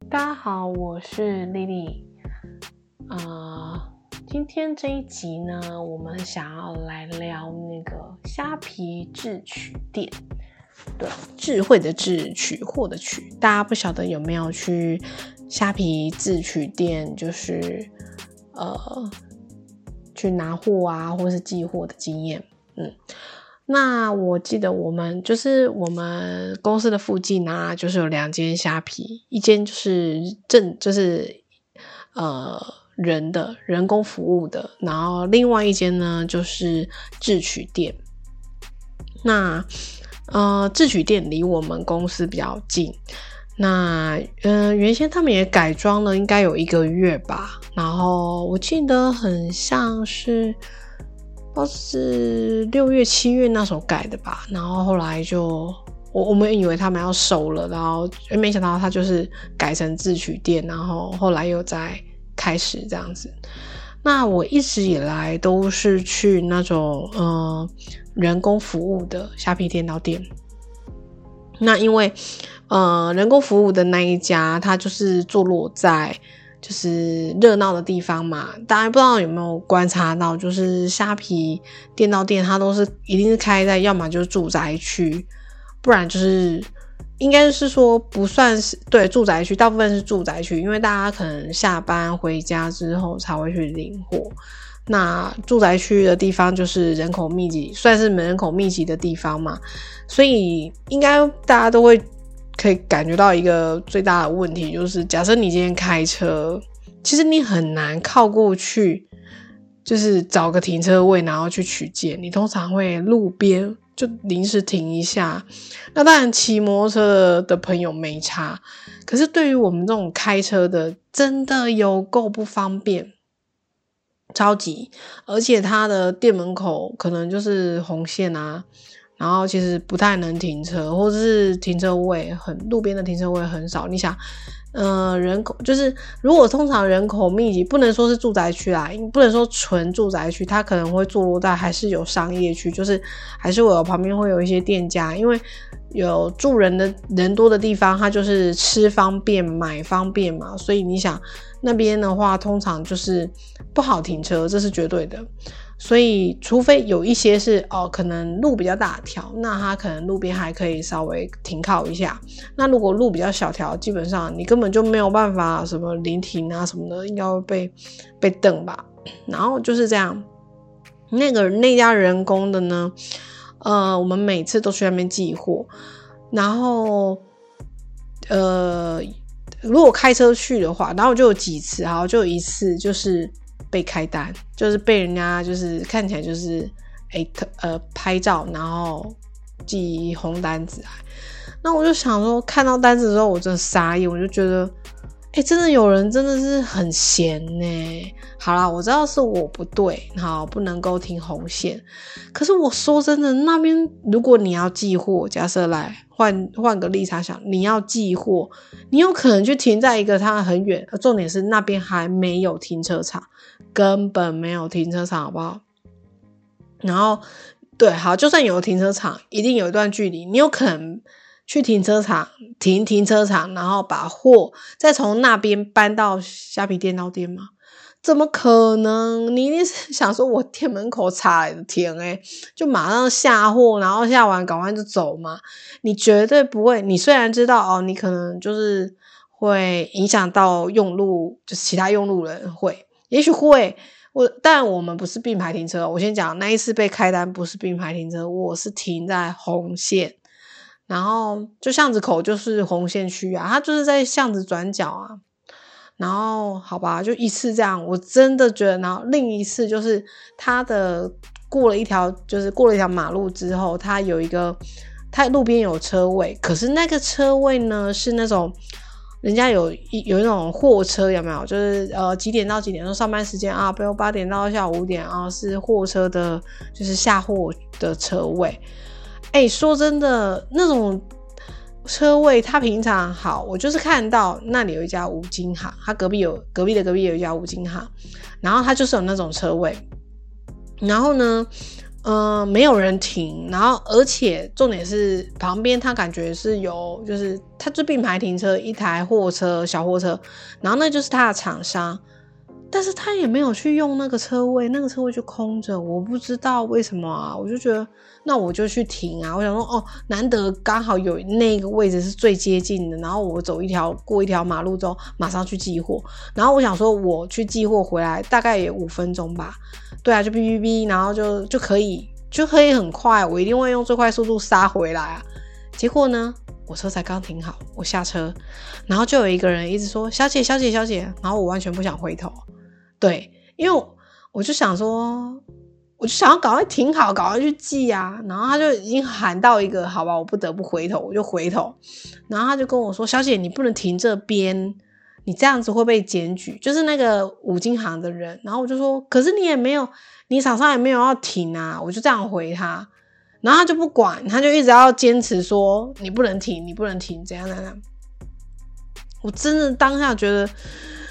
大家好，我是丽丽。今天这一集呢，我们想要来聊那个虾皮智取店。对，智慧的智，取货的取。大家不晓得有没有去虾皮智取店，就是去拿货啊，或是寄货的经验。那我记得我们公司的附近啊，就是有2间虾皮，一间就是人工服务的，然后另外一间呢就是智取店。那智取店离我们公司比较近。那原先他们也改装了，应该有1个月吧。然后我记得很像是不知道是6月7月那时候改的吧。然后后来就我们以为他们要收了，然后没想到他就是改成智取店，然后后来又再开始这样子。那我一直以来都是去那种人工服务的虾皮电脑店。那因为人工服务的那一家，它就是坐落在就是热闹的地方嘛。大家不知道有没有观察到，就是虾皮电脑店它都是一定是开在要么就是住宅区，不然就是应该是说不算是对住宅区，大部分是住宅区，因为大家可能下班回家之后才会去领货。那住宅区的地方就是人口密集，算是人口密集的地方嘛，所以应该大家都会可以感觉到一个最大的问题，就是假设你今天开车，其实你很难靠过去，就是找个停车位然后去取件，你通常会路边就临时停一下。那当然骑摩托车的朋友没差，可是对于我们这种开车的，真的有够不方便，超级。而且它的店门口可能就是红线啊，然后其实不太能停车，或者是停车位路边的停车位很少。你想人口就是如果通常人口密集，不能说是住宅区啦，不能说纯住宅区，它可能会坐落在还是有商业区，就是还是我旁边会有一些店家，因为有住人多的地方，它就是吃方便买方便嘛，所以你想那边的话通常就是不好停车，这是绝对的。所以除非有一些是可能路比较大条，那它可能路边还可以稍微停靠一下。那如果路比较小条，基本上你根本就没有办法什么临停啊什么的，应该会被瞪吧。然后就是这样，那家人工的呢，我们每次都去那边寄货，然后如果开车去的话，然后就有几次，就有一次就是被开单，就是被人家就是看起来就是拍照然后寄红单子来。那我就想说，看到单子的时候我真的傻眼，我就觉得真的有人真的是很闲耶。好啦，我知道是我不对，好，不能够停红线。可是我说真的，那边如果你要寄货，假设来换个立场想，你要寄货，你有可能去停在一个它很远，重点是那边还没有停车场，根本没有停车场，好不好？然后对，好，就算有停车场，一定有一段距离，你有可能去停车场停车场，然后把货再从那边搬到虾皮电脑店吗？怎么可能？你一定是想说我店门口插来的天就马上下货，然后下完赶快就走嘛。你绝对不会，你虽然知道你可能就是会影响到用路，就是其他用路人会，也许会。但我们不是并排停车，我先讲那一次被开单不是并排停车，我是停在红线，然后就巷子口就是红线区啊，它就是在巷子转角啊。然后好吧，就一次这样，我真的觉得。然后另一次就是它过了一条马路之后，它路边有车位，可是那个车位呢是那种人家有那种货车，有没有？就是几点到几点，说上班时间啊，比如8点到下午5点啊，是货车的，就是下货的车位。说真的，那种车位它平常好，我就是看到那里有一家五金行，它隔壁的隔壁有一家五金行，然后它就是有那种车位。然后呢没有人停，然后而且重点是旁边他感觉是有，就是他就并排停车，一台货车小货车，然后那就是他的厂商，但是他也没有去用那个车位，那个车位就空着，我不知道为什么啊，我就觉得那我就去停啊，我想说难得刚好有那个位置是最接近的，然后我过一条马路之后马上去寄货，然后我想说我去寄货回来大概也5分钟吧，对啊，就哔哔哔，然后就可以很快，我一定会用最快速度杀回来啊。结果呢，我车才刚停好，我下车，然后就有一个人一直说小姐，然后我完全不想回头，对，因为我就想说，我就想要赶快停好，赶快去寄啊，然后他就已经喊到一个，好吧，我不得不回头，我就回头，然后他就跟我说，小姐，你不能停这边。你这样子会被检举，就是那个五金行的人，然后我就说，可是你厂商也没有要停啊，我就这样回他，然后他就不管，他就一直要坚持说你不能停，怎样，我真的当下觉得，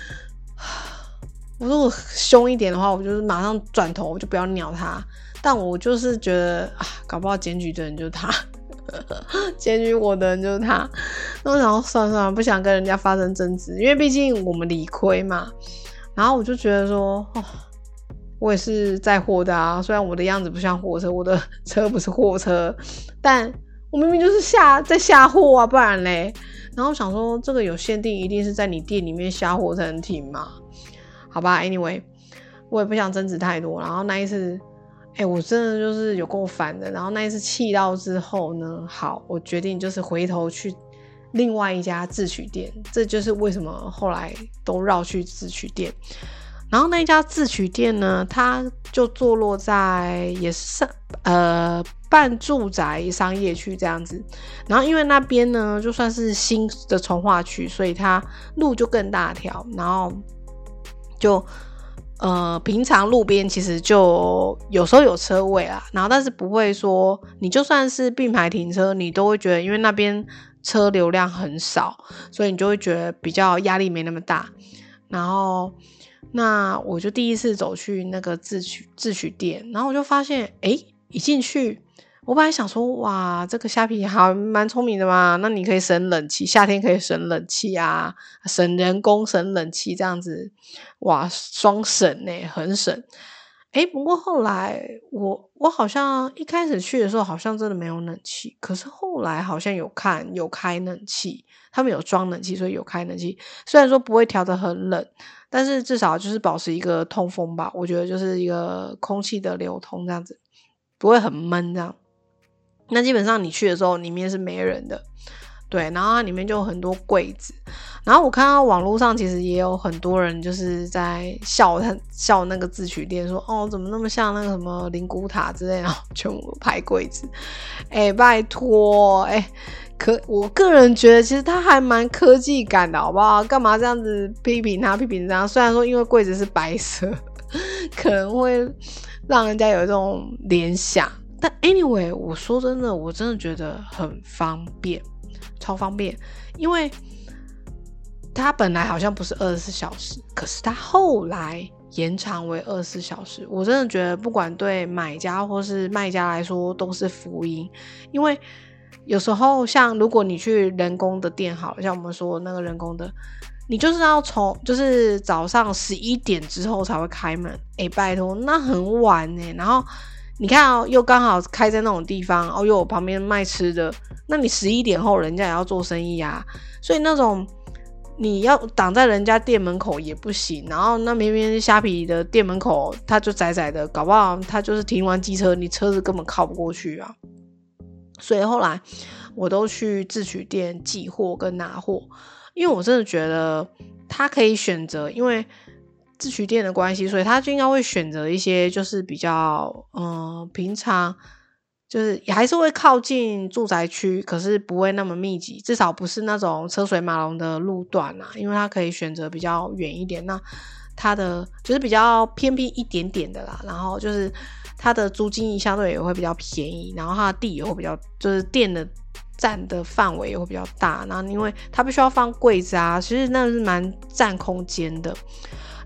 我如果凶一点的话，我就是马上转头，我就不要鸟他，但我就是觉得搞不好检举的人就是他。检举我的人就是他，那我想说算了，不想跟人家发生争执，因为毕竟我们理亏嘛。然后我就觉得说，我也是载货的啊，虽然我的样子不像货车，我的车不是货车，但我明明就是在下货啊，不然嘞。然后我想说，这个有限定，一定是在你店里面下货才能停嘛？好吧 ，anyway， 我也不想争执太多。然后那一次。我真的就是有够烦的，然后那一次气到之后呢，好，我决定就是回头去另外一家自取店，这就是为什么后来都绕去自取店。然后那一家自取店呢，它就坐落在也是半住宅商业区这样子，然后因为那边呢就算是新的重划区，所以它路就更大条，然后就平常路边其实就有时候有车位啦，然后但是不会说你就算是并排停车，你都会觉得因为那边车流量很少，所以你就会觉得比较压力没那么大。然后那我就第一次走去那个自取店，然后我就发现一进去，我本来想说哇，这个虾皮还蛮聪明的嘛，那你可以省冷气，夏天可以省冷气啊，省人工省冷气这样子，哇，双省欸，很省。不过后来我好像一开始去的时候好像真的没有冷气，可是后来好像有开冷气，他们有装冷气，所以有开冷气，虽然说不会调得很冷，但是至少就是保持一个通风吧，我觉得就是一个空气的流通这样子，不会很闷这样。那基本上你去的时候里面是没人的，对，然后它里面就有很多柜子，然后我看到网络上其实也有很多人就是在笑那个自取店说怎么那么像那个什么灵骨塔之类的，全部排柜子。拜托我个人觉得其实它还蛮科技感的好不好，干嘛这样子批评这样，虽然说因为柜子是白色可能会让人家有这种联想，但 anyway 我说真的，我真的觉得很方便，超方便，因为它本来好像不是24小时，可是它后来延长为24小时，我真的觉得不管对买家或是卖家来说都是福音，因为有时候像如果你去人工的店好了，像我们说那个人工的，你就是要就是早上11点之后才会开门，拜托那很晚然后你看又刚好开在那种地方又有旁边卖吃的，那你11点后人家也要做生意啊，所以那种你要挡在人家店门口也不行，然后那明明虾皮的店门口它就窄窄的，搞不好它就是停完机车你车子根本靠不过去啊，所以后来我都去自取店寄货跟拿货，因为我真的觉得他可以选择，因为自取店的关系，所以他就应该会选择一些就是比较平常就是也还是会靠近住宅区，可是不会那么密集，至少不是那种车水马龙的路段啊，因为他可以选择比较远一点，那他的就是比较偏僻一点点的啦，然后就是他的租金相对也会比较便宜，然后他的地也会比较就是店的占的范围也会比较大，然后因为他必须要放柜子啊，其实那是蛮占空间的。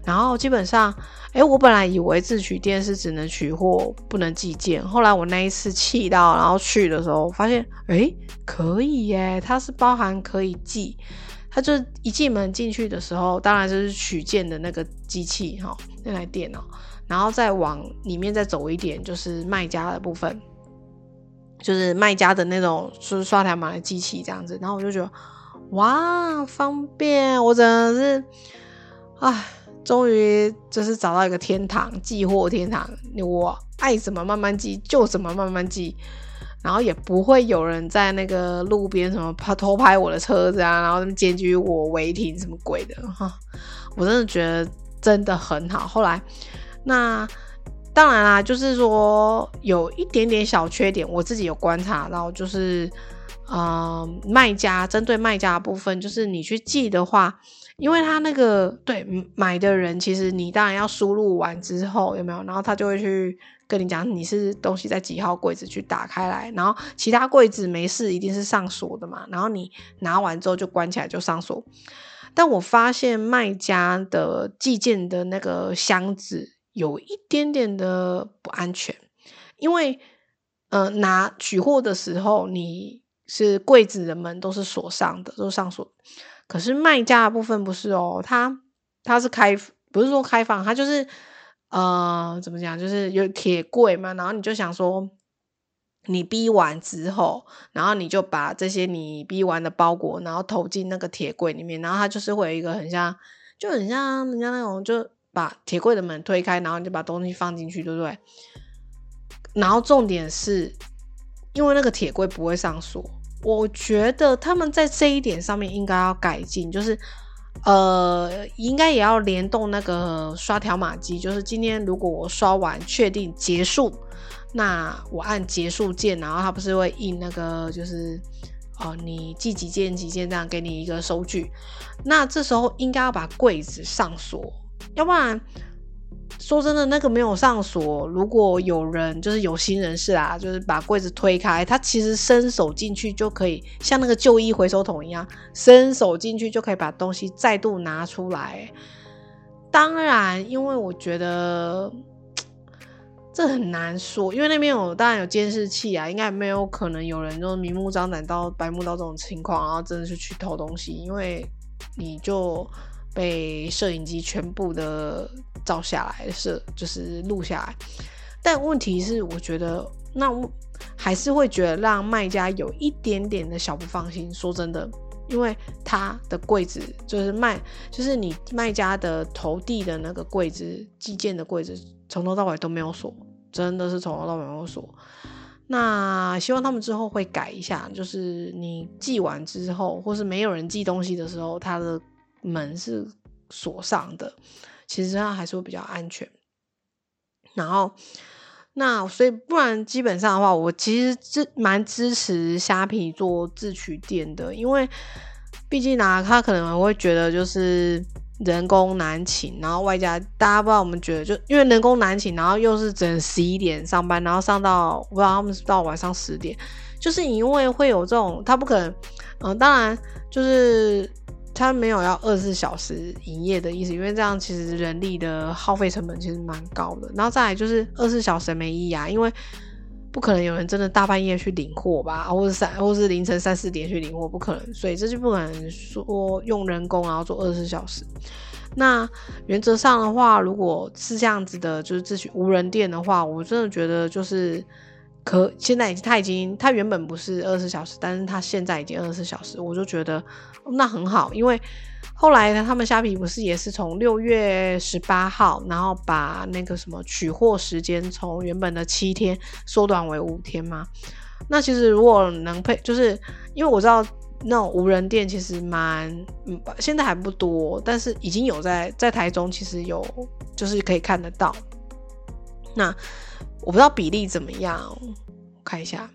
然后基本上我本来以为自取店是只能取货不能寄件，后来我那一次气到然后去的时候发现可以耶，它是包含可以寄，它就一进门进去的时候当然就是取件的那个机器那台电脑，然后再往里面再走一点就是卖家的部分，就是卖家的那种就是刷条码的机器这样子，然后我就觉得哇方便，我真的是终于就是找到一个天堂，寄货天堂，我爱怎么慢慢寄就怎么慢慢寄，然后也不会有人在那个路边什么偷拍我的车子啊，然后检举我违停什么鬼的我真的觉得真的很好。后来那当然啦，就是说有一点点小缺点我自己有观察到，就是卖家针对卖家的部分，就是你去寄的话，因为他那个对买的人其实你当然要输入完之后有没有，然后他就会去跟你讲你是东西在几号柜子去打开来，然后其他柜子没事一定是上锁的嘛，然后你拿完之后就关起来就上锁。但我发现卖家的寄件的那个箱子有一点点的不安全，因为拿取货的时候你是柜子的门都是锁上的，都是上锁，可是卖家的部分不是它是不是说开放，它就是怎么讲，就是有铁柜嘛，然后你就想说你逼完之后，然后你就把这些你逼完的包裹然后投进那个铁柜里面，然后它就是会有一个很像人家那种就把铁柜的门推开，然后你就把东西放进去，对不对？然后重点是因为那个铁柜不会上锁，我觉得他们在这一点上面应该要改进，就是应该也要联动那个刷条码机，就是今天如果我刷完确定结束，那我按结束键，然后它不是会印那个就是你寄几件几件这样给你一个收据，那这时候应该要把柜子上锁，要不然说真的那个没有上锁，如果有人就是有心人士啊，就是把柜子推开，他其实伸手进去就可以像那个旧衣回收桶一样，伸手进去就可以把东西再度拿出来。当然因为我觉得这很难说，因为那边当然有监视器啊，应该没有可能有人就明目张胆到白目到这种情况，然后真的是去偷东西，因为你就被摄影机全部的照下来，就是录下来。但问题是我觉得那还是会觉得让卖家有一点点的小不放心，说真的，因为他的柜子就是你卖家的投递的那个柜子，寄件的柜子从头到尾都没有锁，真的是从头到尾没有锁。那希望他们之后会改一下，就是你寄完之后或是没有人寄东西的时候，它的门是锁上的，其实它还是会比较安全。然后那所以不然基本上的话，我其实蛮支持虾皮做自取店的，因为毕竟他可能会觉得就是人工难请，然后外加大家不知道我们觉得就因为人工难请，然后又是整11点上班，然后上到我不知道他们是到晚上10点，就是因为会有这种他不可能当然就是他没有要24小时营业的意思，因为这样其实人力的耗费成本其实蛮高的，然后再来就是24小时没意义啊，因为不可能有人真的大半夜去领货吧，或是凌晨3、4点去领货，不可能，所以这就不可能说用人工然后做24小时。那原则上的话，如果是这样子的就是自取无人店的话，我真的觉得就是现在他原本不是24小时，但是他现在已经24小时，我就觉得那很好，因为后来呢，他们虾皮不是也是从6月18号，然后把那个什么取货时间从原本的7天缩短为5天吗？那其实如果能就是因为我知道那种无人店其实现在还不多，但是已经有在台中其实有就是可以看得到。那我不知道比例怎么样，我看一下。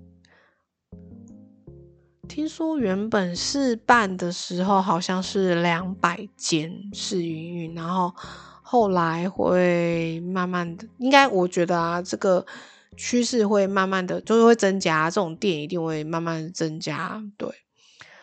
听说原本试办的时候好像是200间试营运，然后后来会慢慢的，应该我觉得这个趋势会慢慢的就是会增加，这种店一定会慢慢的增加。对，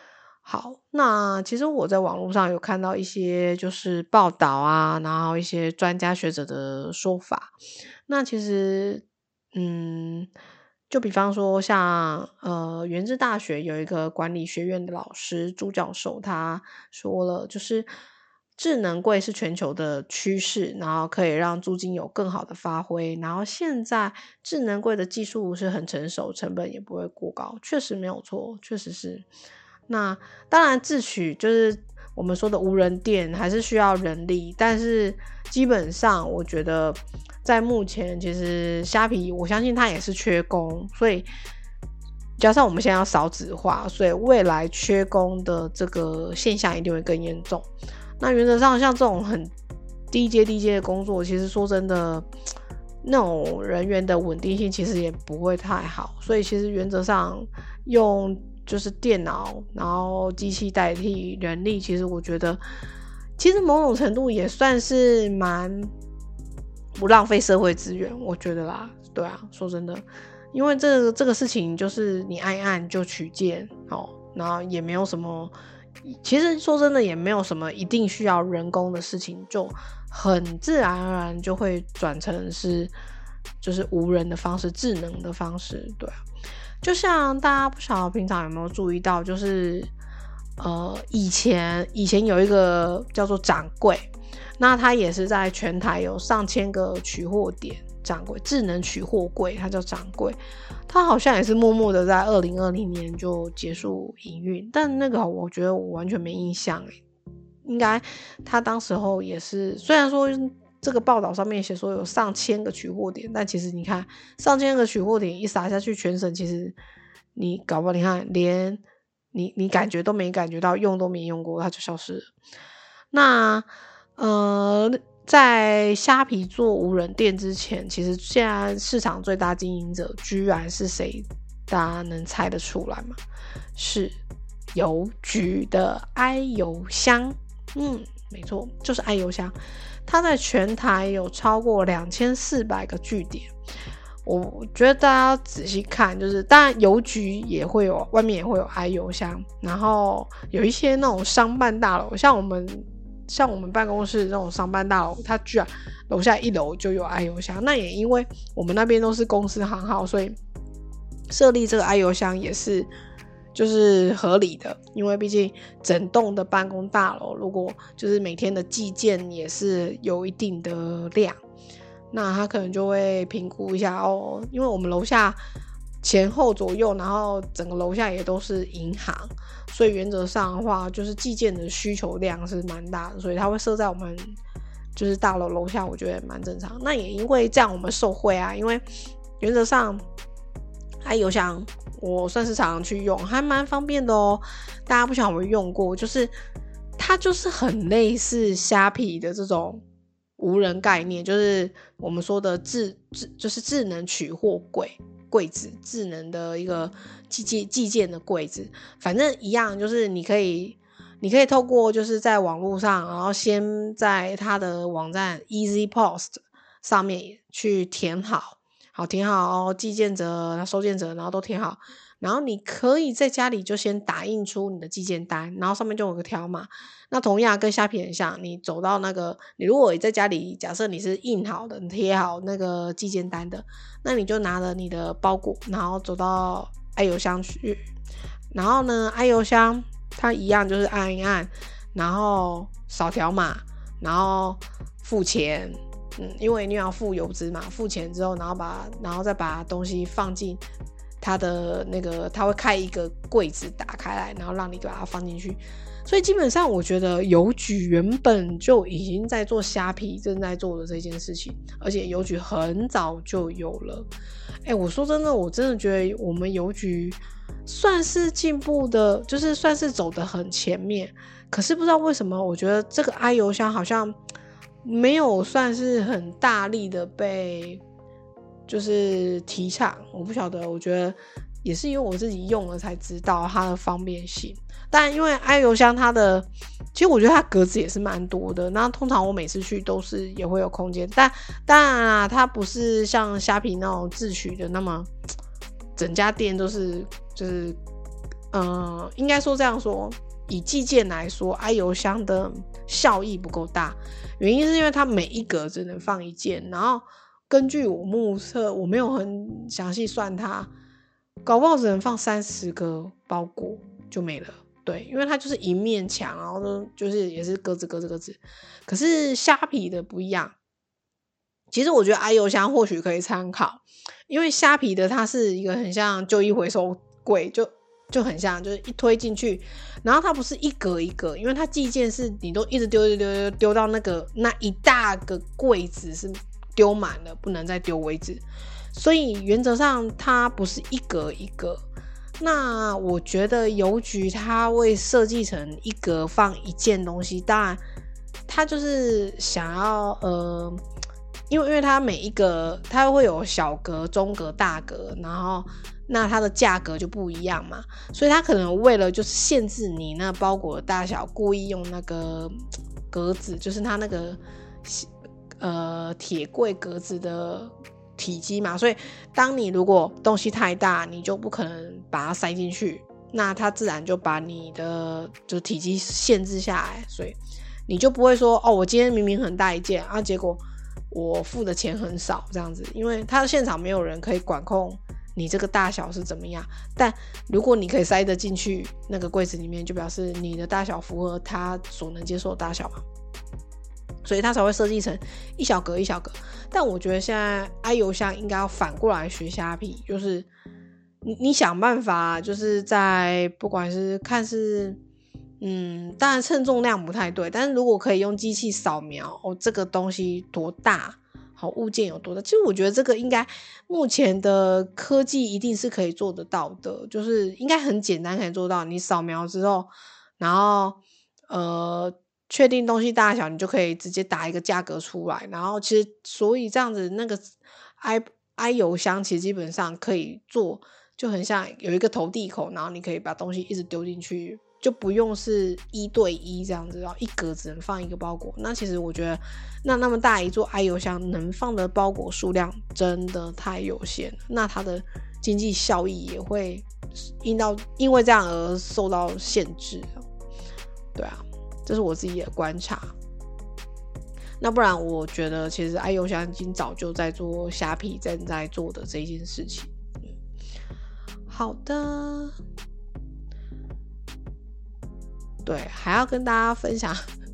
好，那其实我在网络上有看到一些就是报道啊，然后一些专家学者的说法。那其实，就比方说像原治大学有一个管理学院的老师朱教授，他说了，就是智能柜是全球的趋势，然后可以让租金有更好的发挥。然后现在智能柜的技术是很成熟，成本也不会过高，确实没有错，确实是。那当然自取就是我们说的无人店还是需要人力，但是基本上我觉得在目前其实虾皮我相信它也是缺工，所以加上我们现在要少子化，所以未来缺工的这个现象一定会更严重。那原则上像这种很低阶的工作，其实说真的那种人员的稳定性其实也不会太好，所以其实原则上用就是电脑然后机器代替人力，其实我觉得其实某种程度也算是蛮不浪费社会资源，我觉得啦。对啊，说真的，因为这个事情就是你按一按就取件然后也没有什么，其实说真的也没有什么一定需要人工的事情，就很自然而然就会转成是就是无人的方式，智能的方式。对啊，就像大家不晓得平常有没有注意到，就是以前有一个叫做掌柜，那它也是在全台有上千个取货点，掌柜智能取货柜，它叫掌柜，它好像也是默默的在2020年就结束营运，但那个我觉得我完全没印象应该它当时候也是，虽然说这个报道上面写说有上千个取货点，但其实你看上千个取货点一撒下去，全省其实你搞不好你看连你感觉都没感觉到，用都没用过，它就消失了。那在虾皮做无人店之前，其实现在市场最大经营者居然是谁？大家能猜得出来吗？是邮局的爱邮箱。没错，就是爱邮箱。它在全台有超过2400个据点。我觉得大家要仔细看，就是当然邮局也会有，外面也会有爱邮箱，然后有一些那种商办大楼，像我们办公室那种商办大楼，它居然楼下1楼就有爱邮箱。那也因为我们那边都是公司行号，所以设立这个爱邮箱也是就是合理的，因为毕竟整栋的办公大楼如果就是每天的寄件也是有一定的量，那他可能就会评估一下因为我们楼下前后左右，然后整个楼下也都是银行，所以原则上的话就是寄件的需求量是蛮大的，所以他会设在我们就是大楼楼下，我觉得蛮正常。那也因为这样我们受惠啊，因为原则上爱邮箱我算是常常去用，还蛮方便的大家不晓得有没有用过，就是它就是很类似虾皮的这种无人概念，就是我们说的就是智能取货柜子，智能的一个寄件的柜子，反正一样，就是你可以透过就是在网络上，然后先在它的网站 EasyPost 上面去填好寄件者、收件者，然后都填好，然后你可以在家里就先打印出你的寄件单，然后上面就有个条码。那同样跟虾皮很像，你走到那个，你如果在家里，假设你是印好的，你贴好那个寄件单的，那你就拿了你的包裹，然后走到爱邮箱去，然后呢，爱邮箱它一样就是按一按，然后扫条码，然后付钱。因为你要付邮资嘛，付钱之后，然后再把东西放进它的那个，它会开一个柜子打开来，然后让你把它放进去。所以基本上我觉得邮局原本就已经在做虾皮正在做的这件事情，而且邮局很早就有了。我说真的，我真的觉得我们邮局算是进步的，就是算是走得很前面。可是不知道为什么，我觉得这个爱邮箱好像没有算是很大力的被就是提倡，我不晓得，我觉得也是因为我自己用了才知道它的方便性。但因为爱邮箱它的，其实我觉得它格子也是蛮多的，那通常我每次去都是也会有空间，但当然啦，它不是像虾皮那种自取的那么整家店都是就是应该说这样说， 以寄件来说，i 邮箱的效益不够大，原因是因为它每一格只能放一件，然后根据我目测，我没有很详细算它，搞不好只能放30个包裹就没了。对，因为它就是一面墙，然后就是也是格子。可是虾皮的不一样，其实我觉得 i 邮箱或许可以参考，因为虾皮的它是一个很像旧衣回收柜，就很像，就是一推进去，然后它不是一格一格，因为它寄件是你都一直丢到那一大个柜子是丢满了，不能再丢为止，所以原则上它不是一格一格。那我觉得邮局它会设计成一格放一件东西，当然它就是想要因为它每一格它会有小格、中格、大格，然后那它的价格就不一样嘛，所以它可能为了就是限制你那包裹的大小，故意用那个格子，就是它那个铁柜格子的体积嘛，所以当你如果东西太大，你就不可能把它塞进去，那它自然就把你的就体积限制下来，所以你就不会说我今天明明很大一件啊，结果我付的钱很少这样子，因为它现场没有人可以管控你这个大小是怎么样，但如果你可以塞得进去那个柜子里面，就表示你的大小符合它所能接受的大小嘛，所以它才会设计成一小格一小格。但我觉得现在 i 邮箱应该要反过来学虾皮，就是你想办法，就是在不管是看是当然称重量不太对，但是如果可以用机器扫描这个东西多大，好，物件有多大，其实我觉得这个应该目前的科技一定是可以做得到的，就是应该很简单可以做到，你掃描之后，然后确定东西大小，你就可以直接打一个价格出来，然后其实所以这样子那个 i 邮箱其实基本上可以做，就很像有一个投递口，然后你可以把东西一直丢进去，就不用是1对1这样子，然后一格只能放一个包裹。那其实我觉得那么大一座 i 邮箱能放的包裹数量真的太有限，那它的经济效益也会因为这样而受到限制。对啊，这是我自己的观察。那不然我觉得其实 i 邮箱已经早就在做虾皮正在做的这件事情。好的，对，还要跟大家分享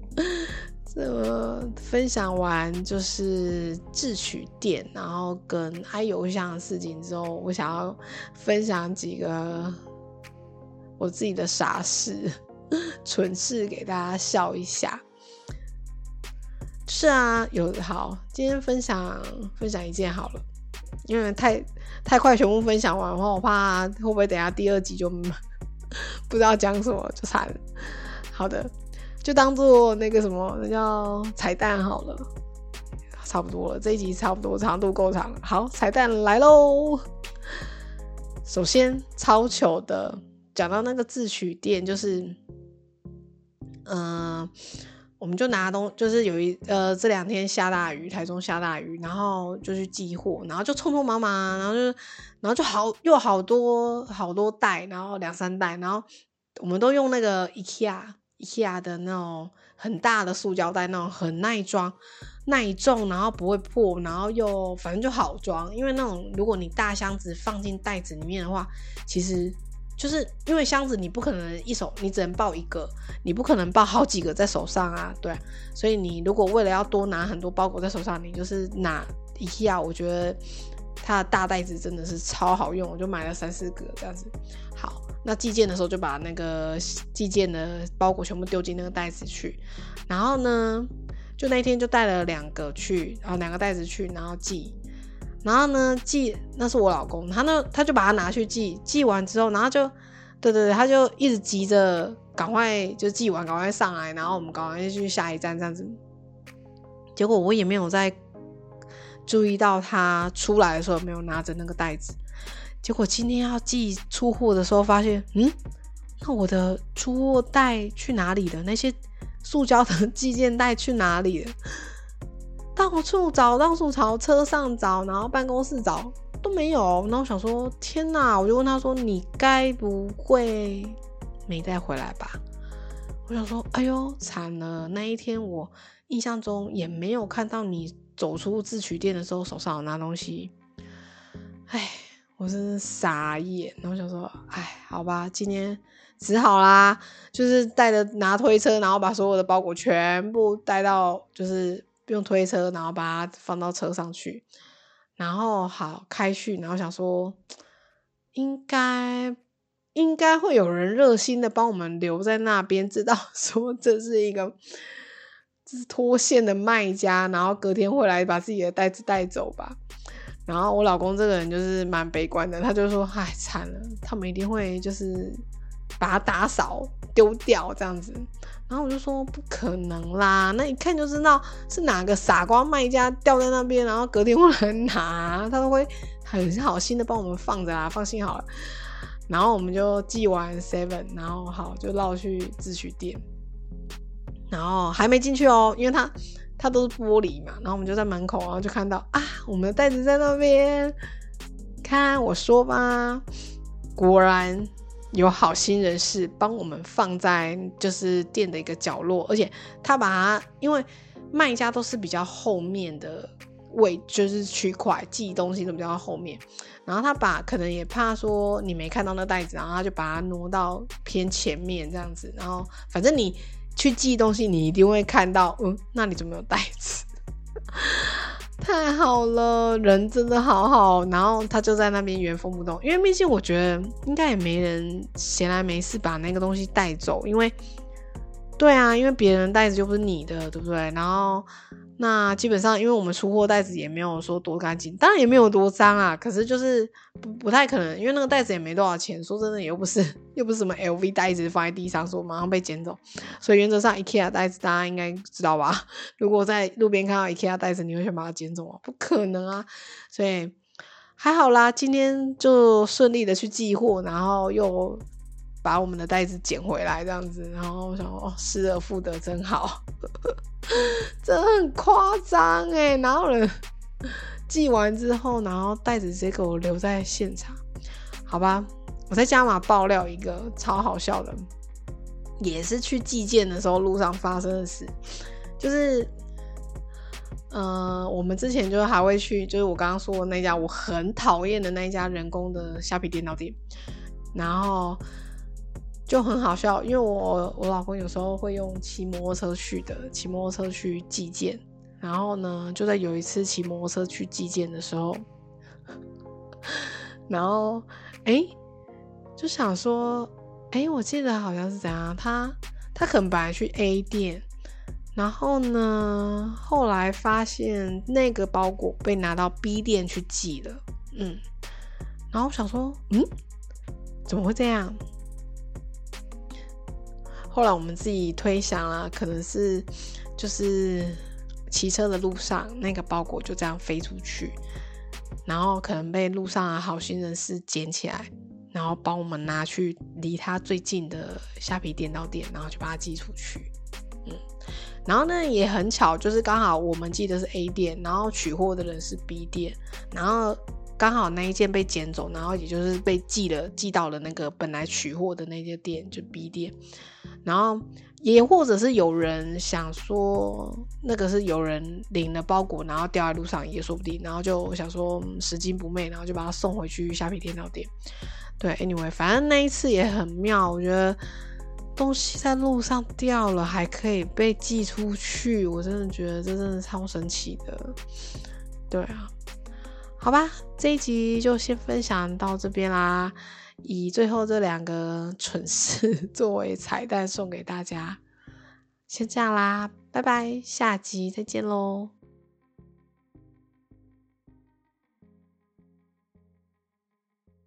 分享完就是智取店然后跟 i 邮箱的事情之后，我想要分享几个我自己的傻事蠢事给大家笑一下。是啊，好，今天分享一件好了，因为太快全部分享完的话，我怕会不会等一下第2集就不知道讲什么就惨了。好的，就当做那个什么，那叫彩蛋好了，差不多了，这一集差不多长度够长了。好，彩蛋来咯。首先超糗的，讲到那个自取店，就是我们就拿就是这2天下大雨，台中下大雨，然后就去寄货，然后就匆匆忙忙，然后就又好多袋，然后2-3袋，然后我们都用那个 IKEA 的那种很大的塑胶袋，那种很耐装耐重，然后不会破，然后又反正就好装，因为那种如果你大箱子放进袋子里面的话，其实就是因为箱子你不可能一手你只能抱一个，你不可能抱好几个在手上啊，对啊，所以你如果为了要多拿很多包裹在手上，你就是拿 IKEA， 我觉得它的大袋子真的是超好用，我就买了3-4个这样子。好，那寄件的时候就把那个寄件的包裹全部丢进那个袋子去，然后呢就那天就带了2个去，然后2个袋子去，然后寄，然后呢那是我老公，他就把它拿去寄完之后，然后就对，他就一直急着赶快就寄完赶快上来，然后我们赶快去下一站这样子。结果我也没有再注意到他出来的时候没有拿着那个袋子，结果今天要寄出货的时候发现那我的出货袋去哪里了？那些塑胶的寄件袋去哪里了？到处找，到处朝车上找，然后办公室找都没有。然后我想说天哪，我就问他说你该不会没带回来吧？ 我想说，哎呦，惨了！那一天我印象中也没有看到你走出自取店的时候手上有拿东西。哎，我真是傻眼。然后想说，哎，好吧，今天只好啦，就是拿推车，然后把所有的包裹全部带到，就是用推车，然后把它放到车上去。然后好开去，然后想说，应该会有人热心的帮我们留在那边，知道说这是一个脱线的卖家，然后隔天会来把自己的袋子带走吧。然后我老公这个人就是蛮悲观的，他就说：“哎，惨了，他们一定会就是把它打扫丢掉这样子。”然后我就说：“不可能啦，那一看就知道是哪个傻瓜卖家掉在那边，然后隔天会来拿，他都会很好心的帮我们放着啦，放心好了。”然后我们就寄完 7， 然后好就绕去自取店，然后还没进去哦，因为它都是玻璃嘛，然后我们就在门口，然后就看到啊，我们的袋子在那边，看我说吧，果然有好心人士帮我们放在就是店的一个角落，而且他把它，因为卖家都是比较后面的位，就是区块寄东西都比较后面，然后他可能也怕说你没看到那袋子，然后他就把它挪到偏前面这样子，然后反正你去寄东西你一定会看到，那里怎么有袋子？太好了，人真的好好，然后他就在那边原封不动，因为毕竟我觉得应该也没人闲来没事把那个东西带走，因为对啊，因为别人袋子就不是你的，对不对？然后那基本上因为我们出货袋子也没有说多干净，当然也没有多脏啊，可是就是不太可能，因为那个袋子也没多少钱，说真的也又不是什么 LV 袋子放在地上说马上被捡走，所以原则上 IKEA 袋子大家应该知道吧，如果在路边看到 IKEA 袋子你会先把它捡走吗？不可能啊，所以还好啦，今天就顺利的去寄货，然后又把我们的袋子捡回来这样子，然后我想失而复得真好。真的很夸张欸，哪有人寄完之后然后袋子直接给我留在现场？好吧，我在加码爆料一个超好笑的，也是去寄件的时候路上发生的事，就是我们之前就还会去，就是我刚刚说的那家我很讨厌的那一家人工的虾皮电脑店，然后就很好笑，因为我老公有时候会用骑摩托车去寄件，然后呢就在有一次骑摩托车去寄件的时候，然后就想说我记得好像是怎样，他可能本来去 A 店，然后呢后来发现那个包裹被拿到 B 店去寄了，然后我想说怎么会这样？后来我们自己推想啦，可能是就是骑车的路上那个包裹就这样飞出去，然后可能被路上的好心人士捡起来，然后帮我们拿去离他最近的虾皮电脑店，然后就把它寄出去。然后呢也很巧，就是刚好我们寄的是 A 店，然后取货的人是 B 店，然后刚好那一件被捡走，然后也就是被寄到了那个本来取货的那间店，就 B 店。然后也或者是有人想说那个是有人领了包裹然后掉在路上也说不定，然后就想说拾金不昧，然后就把它送回去虾皮电脑店。对 anyway 反正那一次也很妙，我觉得东西在路上掉了还可以被寄出去，我真的觉得这真的超神奇的。对啊，好吧，这一集就先分享到这边啦，以最后这2个蠢事作为彩蛋送给大家，先这样啦，拜拜，下集再见咯。